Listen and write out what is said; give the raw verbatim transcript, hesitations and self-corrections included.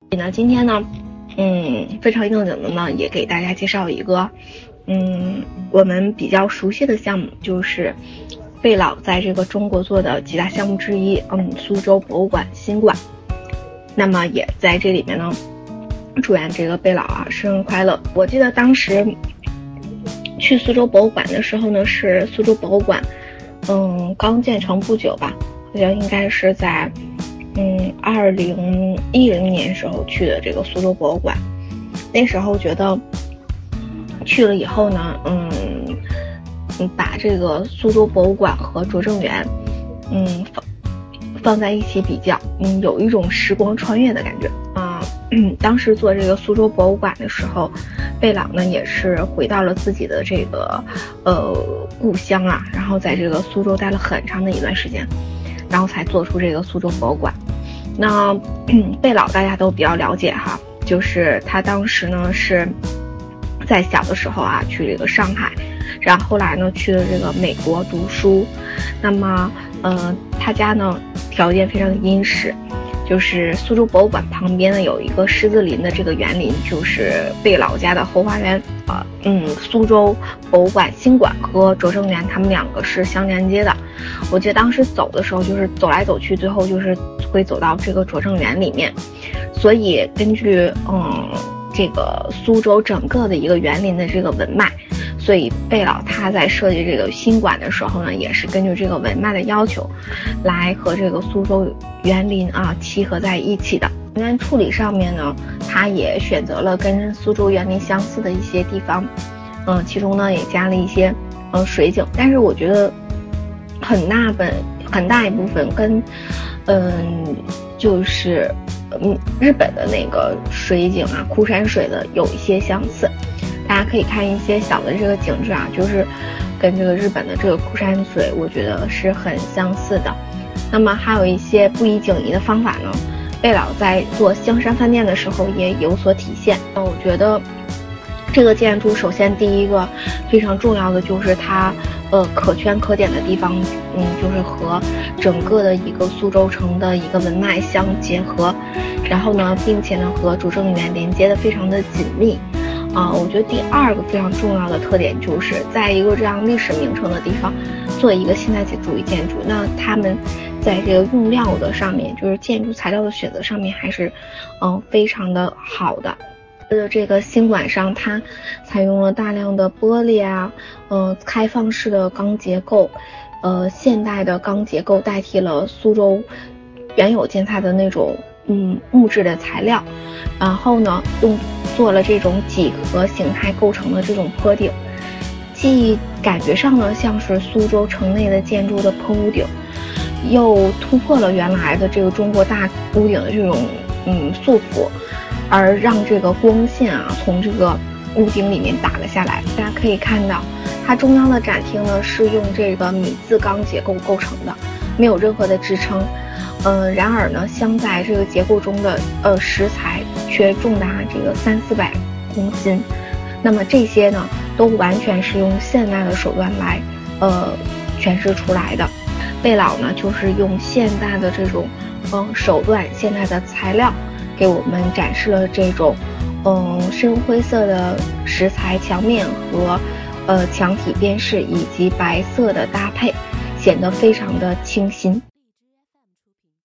那今天呢，嗯，非常应景的呢，也给大家介绍一个，嗯，我们比较熟悉的项目，就是贝老在这个中国做的几大项目之一，嗯，苏州博物馆新馆。那么也在这里面呢，祝愿这个贝老啊生日快乐。我记得当时去苏州博物馆的时候呢，是苏州博物馆，嗯，刚建成不久吧，好像应该是在。嗯，二零一零年时候去的这个苏州博物馆，那时候觉得去了以后呢，嗯，把这个苏州博物馆和拙政园，嗯，放放在一起比较，嗯，有一种时光穿越的感觉啊。嗯，当时做这个苏州博物馆的时候，贝朗呢也是回到了自己的这个呃故乡啊，然后在这个苏州待了很长的一段时间。然后才做出这个苏州博物馆。那、嗯、贝老大家都比较了解哈，就是他当时呢是在小的时候啊去这个上海，然后后来呢去了这个美国读书。那么呃他家呢条件非常的殷实，就是苏州博物馆旁边呢有一个狮子林的这个园林，就是贝老家的后花园啊。嗯，苏州博物馆新馆和拙政园他们两个是相连接的。我记得当时走的时候，就是走来走去，最后就是会走到这个拙政园里面。所以根据嗯这个苏州整个的一个园林的这个文脉，所以贝老他在设计这个新馆的时候呢，也是根据这个文脉的要求，来和这个苏州园林啊契合在一起的。因为处理上面呢，他也选择了跟苏州园林相似的一些地方，嗯，其中呢也加了一些嗯水景，但是我觉得很大本很大一部分跟嗯就是嗯日本的那个水景啊，枯山水的有一些相似。大家可以看一些小的这个景致啊，就是跟这个日本的这个枯山水，我觉得是很相似的。那么还有一些不移景移的方法呢，贝老在做香山饭店的时候也有所体现。那我觉得这个建筑首先第一个非常重要的就是它呃可圈可点的地方，嗯，就是和整个的一个苏州城的一个文脉相结合，然后呢，并且呢和拙政园连接的非常的紧密。啊、呃，我觉得第二个非常重要的特点就是在一个这样历史名城的地方做一个现代主义建筑，那他们在这个用料的上面，就是建筑材料的选择上面还是嗯、呃、非常的好的。的这个新馆上，它采用了大量的玻璃啊，呃，开放式的钢结构，呃，现代的钢结构代替了苏州原有建材的那种嗯木质的材料，然后呢，用做了这种几何形态构成的这种坡顶，既感觉上呢像是苏州城内的建筑的坡屋顶，又突破了原来的这个中国大屋顶的这种嗯束缚。而让这个光线啊从这个屋顶里面打了下来。大家可以看到，它中央的展厅呢是用这个米字钢结构构成的，没有任何的支撑。嗯、呃，然而呢，镶在这个结构中的呃石材却重达这个三四百公斤。那么这些呢，都完全是用现代的手段来呃诠释出来的。贝老呢，就是用现代的这种嗯、呃、手段、现代的材料。给我们展示了这种，嗯，深灰色的石材墙面和，呃，墙体边饰以及白色的搭配，显得非常的清新。